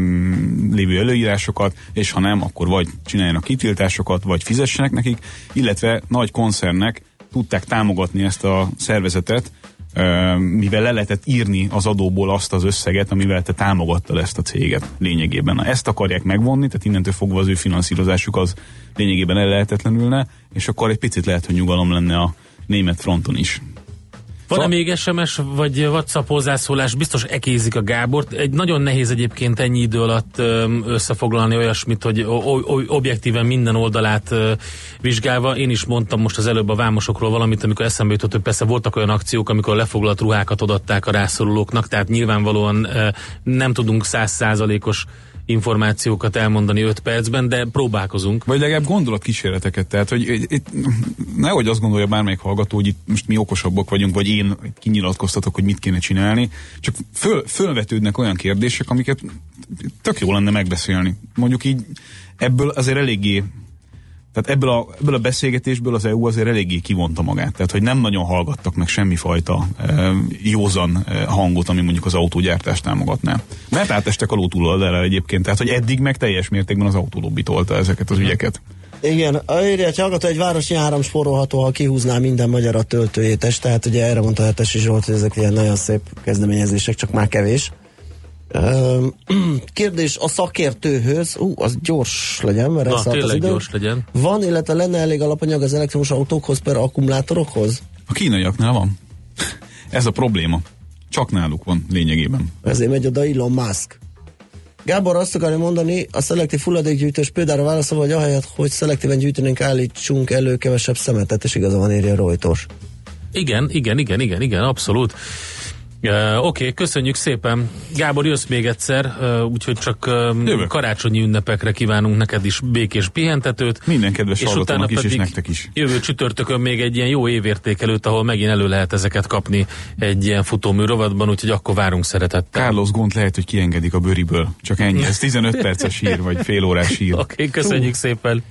[SPEAKER 5] lévő előírásokat, és ha nem, akkor vagy csináljanak kitiltásokat, vagy fizessenek nekik, illetve nagy koncernek tudták támogatni ezt a szervezetet, mivel le lehetett írni az adóból azt az összeget, amivel te támogattad ezt a céget lényegében. Na, ezt akarják megvonni, tehát innentől fogva az ő finanszírozásuk az lényegében ellehetetlenülne, és akkor egy picit lehet, hogy nyugalom lenne a német fronton is.
[SPEAKER 4] Van-e még SMS vagy WhatsApp hozzászólás? Biztos ekézik a Gábort. Egy nagyon nehéz egyébként ennyi idő alatt összefoglalni olyasmit, hogy objektíven minden oldalát vizsgálva. Én is mondtam most az előbb a vámosokról valamit, amikor eszembe jutott, hogy persze voltak olyan akciók, amikor lefoglalt ruhákat odaadták a rászorulóknak, tehát nyilvánvalóan nem tudunk 100%-os információkat elmondani 5 percben, de próbálkozunk.
[SPEAKER 5] Vagy legalább gondolatkísérleteket, tehát hogy nehogy azt gondolja bármelyik hallgató, hogy itt most mi okosabbak vagyunk, vagy én kinyilatkoztatok, hogy mit kéne csinálni, csak fölvetődnek olyan kérdések, amiket tök jó lenne megbeszélni. Mondjuk így ebből azért eléggé, tehát ebből a beszélgetésből az EU azért eléggé kivonta magát. Tehát, hogy nem nagyon hallgattak meg semmifajta józan hangot, ami mondjuk az autógyártást támogatná. Mert átestek a ló túloldalára egyébként. Tehát, hogy eddig meg teljes mértékben az autolobbi tolta ezeket az ügyeket.
[SPEAKER 3] Igen, írja egy hallgató, egy városi áram spórolható, ha kihúzná minden magyar a töltőjét, tehát ugye erre mondta Hetesi Zsolt, hogy ezek ilyen nagyon szép kezdeményezések, csak már kevés. Kérdés a szakértőhöz, az gyors legyen, mert ez
[SPEAKER 4] tényleg gyors legyen.
[SPEAKER 3] Van, illetve lenne elég alapanyag az elektromos autókhoz per akkumulátorokhoz?
[SPEAKER 5] A kínaiaknál van. Ez a probléma. Csak náluk van lényegében.
[SPEAKER 3] Ezért megy oda Elon Musk. Gábor azt akarja mondani, a szelektív hulladékgyűjtős példára válaszolva, hogy ahelyett, hogy szelektíven gyűjtenénk, állítsunk elő kevesebb szemetet, és igaza van, írja Reuters.
[SPEAKER 4] Igen, abszolút. Oké, köszönjük szépen. Gábor, jössz még egyszer, úgyhogy csak karácsonyi ünnepekre kívánunk neked is békés pihentetőt.
[SPEAKER 5] Minden kedves hallgatónak is, és nektek is.
[SPEAKER 4] Jövő csütörtökön még egy ilyen jó évértékelőt, ahol megint elő lehet ezeket kapni egy ilyen futómű rovatban, úgyhogy akkor várunk szeretettel.
[SPEAKER 5] Carlos Gont lehet, hogy kiengedik a bőriből. Csak ennyi, ez 15 perces hír, vagy fél órás hír.
[SPEAKER 4] Oké, köszönjük szépen.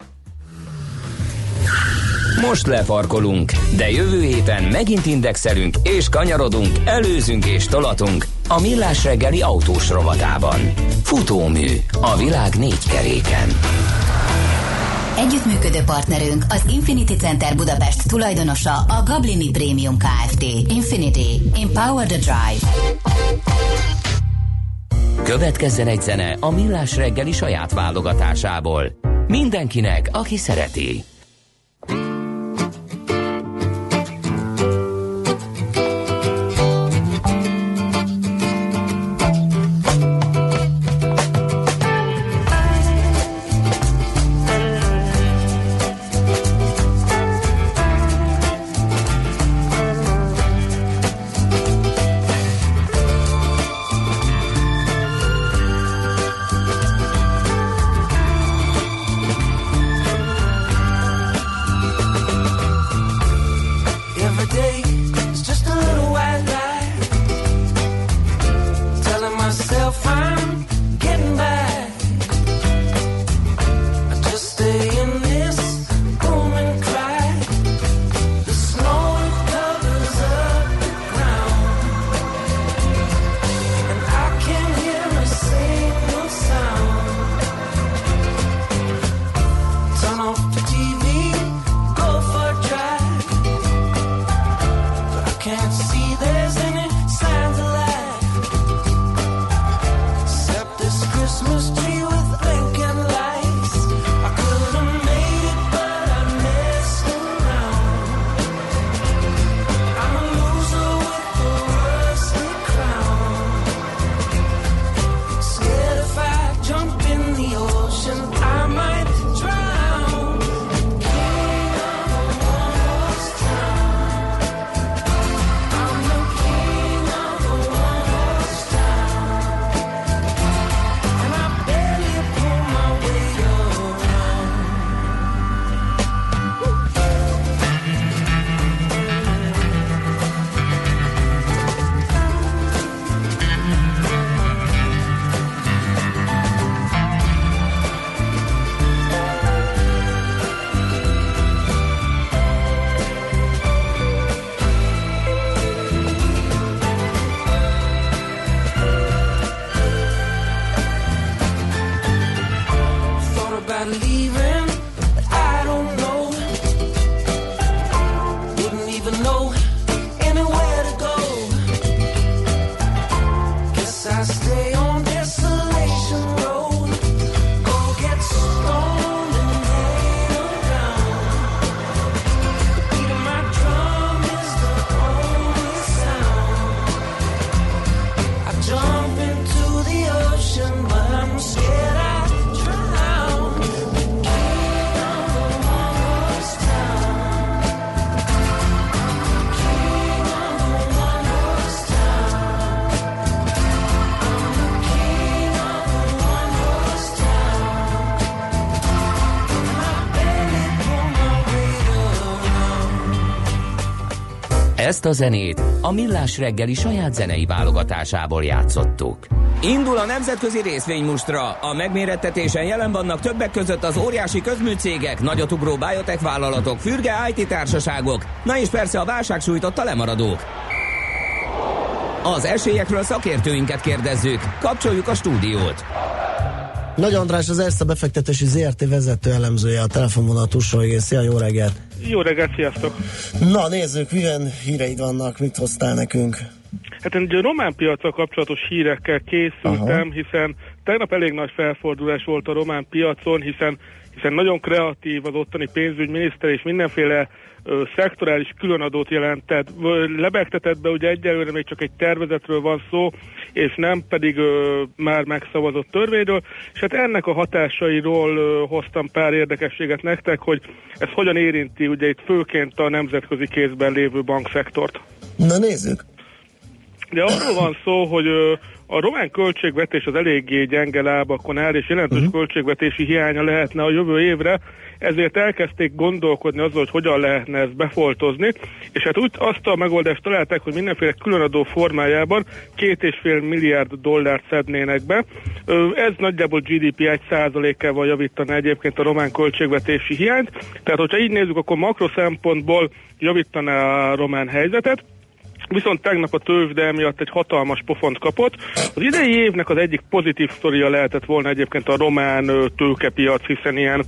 [SPEAKER 1] Most lefarkolunk, de jövő héten megint indexelünk és kanyarodunk, előzünk és tolatunk a Millás reggeli autós rovatában. Futómű a világ 4 keréken.
[SPEAKER 2] Együttműködő partnerünk az Infinity Center Budapest tulajdonosa a Gablini Premium Kft. Infinity. Empower the Drive.
[SPEAKER 1] Következzen egy zene a Millás reggeli saját válogatásából. Mindenkinek, aki szereti.
[SPEAKER 9] about leaving, but I don't know. Wouldn't even know anywhere to go. Guess I stay on Desolation Road. Go get stoned and hang around. The beat of my drum is the only sound. I jump into the ocean, but I'm scared I'd drown. The king of the one-horse town. The king of the one-horse town. I'm the king of the one-horse town. My belly pull my weight around.
[SPEAKER 1] Ezt a zenét a Millás reggeli saját zenei válogatásából játszottuk. Indul a nemzetközi részvénymustra. A megmérettetésen jelen vannak többek között az óriási közműcégek, nagyotugró biotech vállalatok, fürge IT társaságok, na és persze a válság sújtotta lemaradók. Az esélyekről szakértőinket kérdezzük. Kapcsoljuk a stúdiót.
[SPEAKER 3] Nagy András, az Erste befektetési ZRT vezető elemzője, a telefonvonal túlsó végén. Szia, jó reggelt!
[SPEAKER 10] Jó reggelt, sziasztok!
[SPEAKER 3] Na nézzük, milyen híreid vannak, mit hoztál nekünk?
[SPEAKER 10] Hát én a román piaccal kapcsolatos hírekkel készültem, hiszen tegnap elég nagy felfordulás volt a román piacon, hiszen nagyon kreatív az ottani pénzügyminiszter, és mindenféle szektorális különadót jelentett, lebegtetett be, ugye egyelőre még csak egy tervezetről van szó, és nem pedig már megszavazott törvényről, és hát ennek a hatásairól hoztam pár érdekességet nektek, hogy ez hogyan érinti ugye itt főként a nemzetközi kézben lévő bankszektort.
[SPEAKER 3] Na nézzük!
[SPEAKER 10] De arról van szó, hogy a román költségvetés az eléggé gyenge lábakon áll, és jelentős költségvetési hiánya lehetne a jövő évre, ezért elkezdték gondolkodni azzal, hogy hogyan lehetne ezt befoltozni, és hát úgy azt a megoldást találták, hogy mindenféle különadó formájában 2,5 milliárd dollárt szednének be. Ez nagyjából GDP 1%-ával javítaná egyébként a román költségvetési hiányt, tehát hogyha így nézzük, akkor makro szempontból javítaná a román helyzetet. Viszont tegnap a tőzsde miatt egy hatalmas pofont kapott. Az idei évnek az egyik pozitív sztoria lehetett volna egyébként a román tőkepiac, hiszen ilyen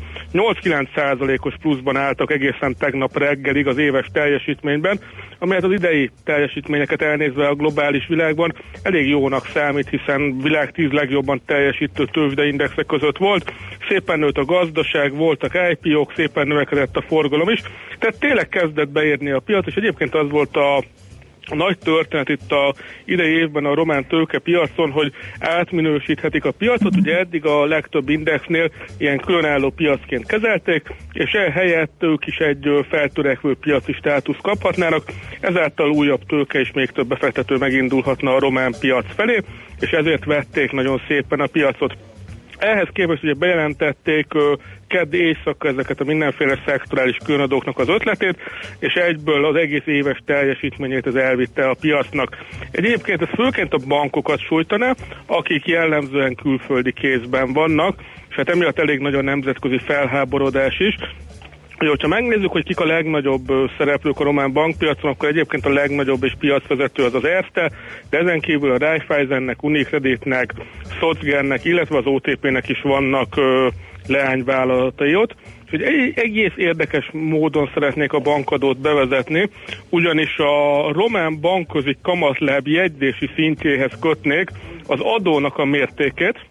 [SPEAKER 10] 8-9%-os pluszban álltak egészen tegnap reggelig az éves teljesítményben, amelyet az idei teljesítményeket elnézve a globális világban elég jónak számít, hiszen világ 10 legjobban teljesítő tőzsdeindexek között volt. Szépen nőtt a gazdaság, voltak IPO-k, szépen növekedett a forgalom is. Tehát tényleg kezdett beérni a piac, és egyébként az volt a nagy történet itt a idei évben a román tőkepiacon, hogy átminősíthetik a piacot, ugye eddig a legtöbb indexnél ilyen különálló piacként kezelték, és ehelyett ők is egy feltörekvő piaci státuszt kaphatnának, ezáltal újabb tőke és még több befektető megindulhatna a román piac felé, és ezért vették nagyon szépen a piacot. Ehhez képest ugye bejelentették kedd éjszaka ezeket a mindenféle szektorális különadóknak az ötletét, és egyből az egész éves teljesítményét ez elvitte a piacnak. Egyébként ez főként a bankokat sújtaná, akik jellemzően külföldi kézben vannak, és hát emiatt elég nagy a nemzetközi felháborodás is. Hogyha megnézzük, hogy kik a legnagyobb szereplők a román bankpiacon, akkor egyébként a legnagyobb és piacvezető az Erste, de ezen kívül a Raiffeisennek, Unicreditnek, Szocgennek, illetve az OTP-nek is vannak leányvállalatai ott. És egy egész érdekes módon szeretnék a bankadót bevezetni, ugyanis a román bankközi kamatláb jegyzési szintjéhez kötnék az adónak a mértékét,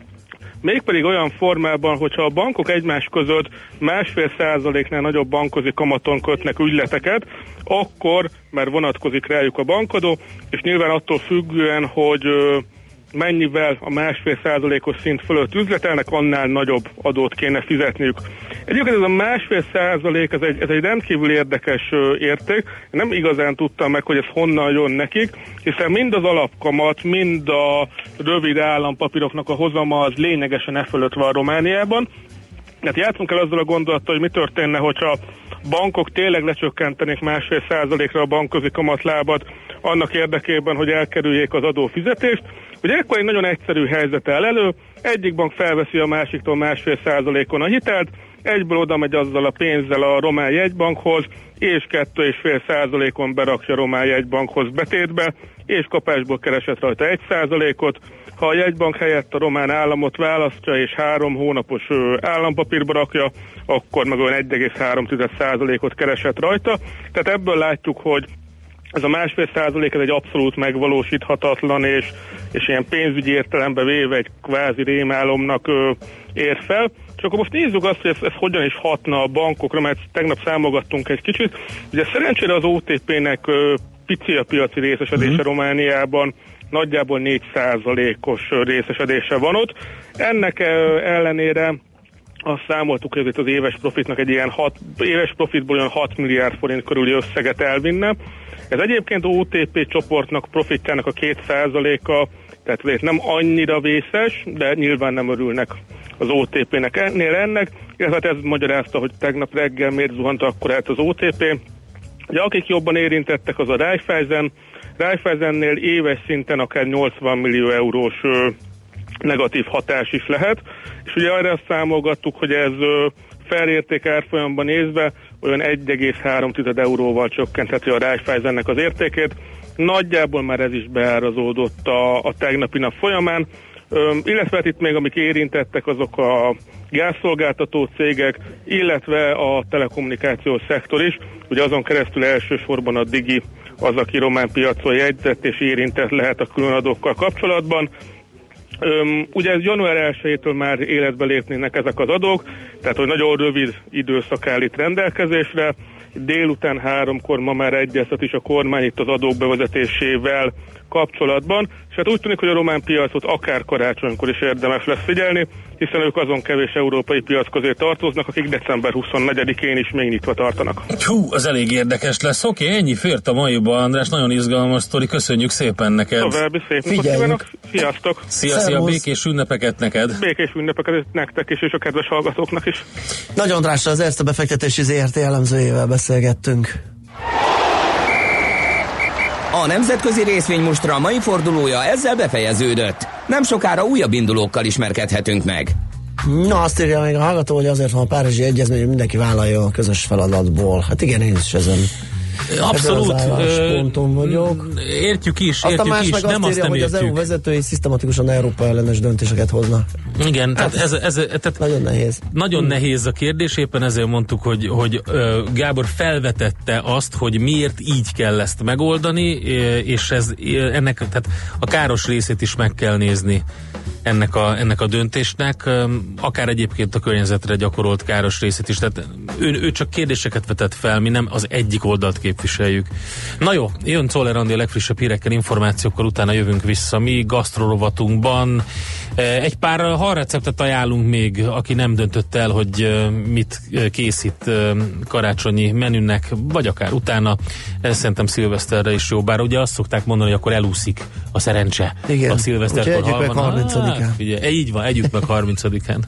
[SPEAKER 10] mégpedig olyan formában, hogyha a bankok egymás között 1,5%-nál nagyobb bankközi kamaton kötnek ügyleteket, akkor már vonatkozik rájuk a bankadó, és nyilván attól függően, hogy mennyivel a 1,5%-os szint fölött üzletelnek, annál nagyobb adót kéne fizetniük. Egyébként ez a 1,5% ez egy rendkívül érdekes érték. Nem igazán tudtam meg, hogy ez honnan jön nekik, hiszen mind az alapkamat, mind a rövid állampapíroknak a hozama az lényegesen e fölött van Romániában. Hát játszunk el azzal a gondolattal, hogy mi történne, hogyha bankok tényleg lecsökkentenék 1,5%-ra a bankközi kamatlábat annak érdekében, hogy elkerüljék az adófizetést. Ugye ekkor egy nagyon egyszerű helyzet áll elő, egyik bank felveszi a másiktól 1,5%-on a hitelt, egyből oda megy azzal a pénzzel a román jegybankhoz, és 2,5%-on berakja a román jegybankhoz betétbe, és kapásból keresett rajta 1%-ot. ha a jegybank helyett a román államot választja és 3 hónapos állampapírba rakja, akkor meg olyan 1,3%-ot keresett rajta. Tehát ebből látjuk, hogy ez a 1,5% ez egy abszolút megvalósíthatatlan és ilyen pénzügyi értelembe véve egy kvázi rémálomnak ér fel. És akkor most nézzük azt, hogy ez hogyan is hatna a bankokra, mert tegnap számolgattunk egy kicsit. Ugye szerencsére az OTP-nek pici a piaci részesedése Romániában, nagyjából 4%-os részesedése van ott. Ennek ellenére azt számoltuk, hogy az éves profitnak egy ilyen éves profitból olyan 6 milliárd forint körüli összeget elvinne. Ez egyébként OTP csoportnak profitjának a 2%-a, tehát azért nem annyira vészes, de nyilván nem örülnek az OTP-nek ennek, illetve ez magyarázta, hogy tegnap reggel miért zuhant akkor át az OTP. Ugye akik jobban érintettek, az a Raiffeisennél éves szinten akár 80 millió eurós negatív hatás is lehet, és ugye arra azt számolgattuk, hogy ez felérték árfolyamban nézve olyan 1,3 euróval csökkentheti a Raiffeisennek az értékét. Nagyjából már ez is beárazódott a tegnapi nap folyamán, illetve itt még amik érintettek, azok a gázszolgáltató cégek, illetve a telekommunikációs szektor is. Ugye azon keresztül elsősorban a Digi az, aki román piacon jegyzett és érintett lehet a különadókkal kapcsolatban. Ugye ez január 1-től már életbe lépnének ezek az adók, tehát hogy nagyon rövid időszak áll itt rendelkezésre. Délután 3-kor ma már egyeztet is a kormány itt az adók bevezetésével kapcsolatban, és hát úgy tűnik, hogy a román piacot akár karácsonykor is érdemes lesz figyelni, hiszen ők azon kevés európai piac közé tartoznak, akik december 24-én is még nyitva tartanak.
[SPEAKER 4] Hú, az elég érdekes lesz. Oké, ennyi fért a maiba, András, nagyon izgalmas sztori, köszönjük szépen neked.
[SPEAKER 10] További szép napot kívánok, sziasztok!
[SPEAKER 4] Szia, békés ünnepeket neked!
[SPEAKER 10] Békés ünnepeket nektek is, és a kedves hallgatóknak is.
[SPEAKER 3] Nagy Andrással, az Erste befektetési ZRT elemzőjével beszélgettünk.
[SPEAKER 1] A nemzetközi részvénymustra mai fordulója ezzel befejeződött. Nem sokára újabb indulókkal ismerkedhetünk meg.
[SPEAKER 3] Na, azt írja még a hallgató, hogy azért van a Párizsi Egyezmény, hogy mindenki vállalja a közös feladatból. Hát igen, én is ezen.
[SPEAKER 4] Abszolút.
[SPEAKER 3] Ponton vagyok.
[SPEAKER 4] Értjük is,
[SPEAKER 3] nem azt
[SPEAKER 4] írja,
[SPEAKER 3] hogy
[SPEAKER 4] értjük.
[SPEAKER 3] Az EU vezetői szisztematikusan Európa ellenes döntéseket hoznak.
[SPEAKER 4] Igen, tehát
[SPEAKER 3] nagyon nehéz.
[SPEAKER 4] Nagyon nehéz a kérdés, éppen ezért mondtuk, hogy Gábor felvetette azt, hogy miért így kell ezt megoldani, és ennek tehát a káros részét is meg kell nézni ennek a döntésnek, akár egyébként a környezetre gyakorolt káros részét is. Tehát ő csak kérdéseket vetett fel, mi nem az egyik oldalt képviseljük. Na jó, jön Czoller Andi a legfrissebb hírekkel, információkkal, utána jövünk vissza mi gasztrorovatunkban. Egy pár halreceptet ajánlunk még, aki nem döntött el, hogy mit készít karácsonyi menünek, vagy akár utána. Szerintem szilveszterre is jó, bár ugye azt szokták mondani, hogy akkor elúszik a szerencse.
[SPEAKER 3] Igen.
[SPEAKER 4] A szilveszterkor
[SPEAKER 3] halvan. Meg 30-án.
[SPEAKER 4] Ugye, így van, együtt meg 30-án.